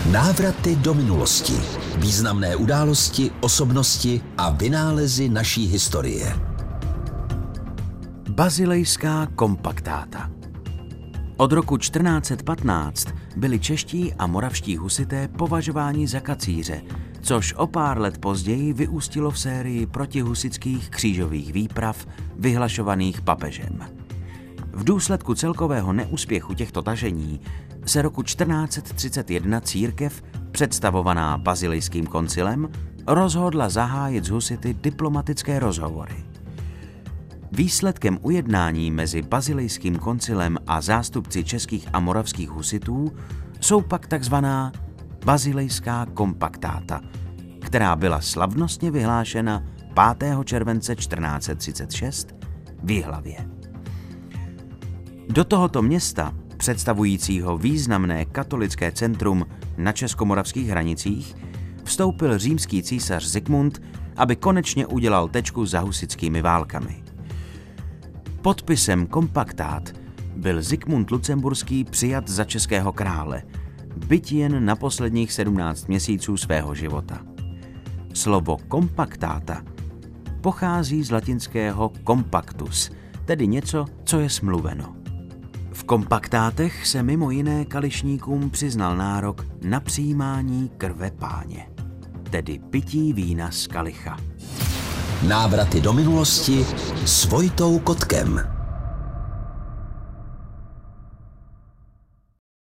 Návraty do minulosti. Významné události, osobnosti a vynálezy naší historie. Bazilejská kompaktáta. Od roku 1415 byli čeští a moravští husité považováni za kacíře, což o pár let později vyústilo v sérii protihusitských křížových výprav vyhlašovaných papežem. V důsledku celkového neúspěchu těchto tažení se roku 1431 církev, představovaná Bazilejským koncilem, rozhodla zahájit s husity diplomatické rozhovory. Výsledkem ujednání mezi Bazilejským koncilem a zástupci českých a moravských husitů jsou pak takzvaná Bazilejská kompaktáta, která byla slavnostně vyhlášena 5. července 1436 v Jihlavě. Do tohoto města, představujícího významné katolické centrum na českomoravských hranicích, vstoupil římský císař Zikmund, aby konečně udělal tečku za husitskými válkami. Podpisem kompaktát byl Zikmund Lucemburský přijat za českého krále, byť jen na posledních 17 měsíců svého života. Slovo kompaktáta pochází z latinského compactus, tedy něco, co je smluveno. V kompaktátech se mimo jiné kališníkům přiznal nárok na přijímání krve Páně, tedy pití vína z kalicha. Návraty do minulosti s Vojtou Kotkem.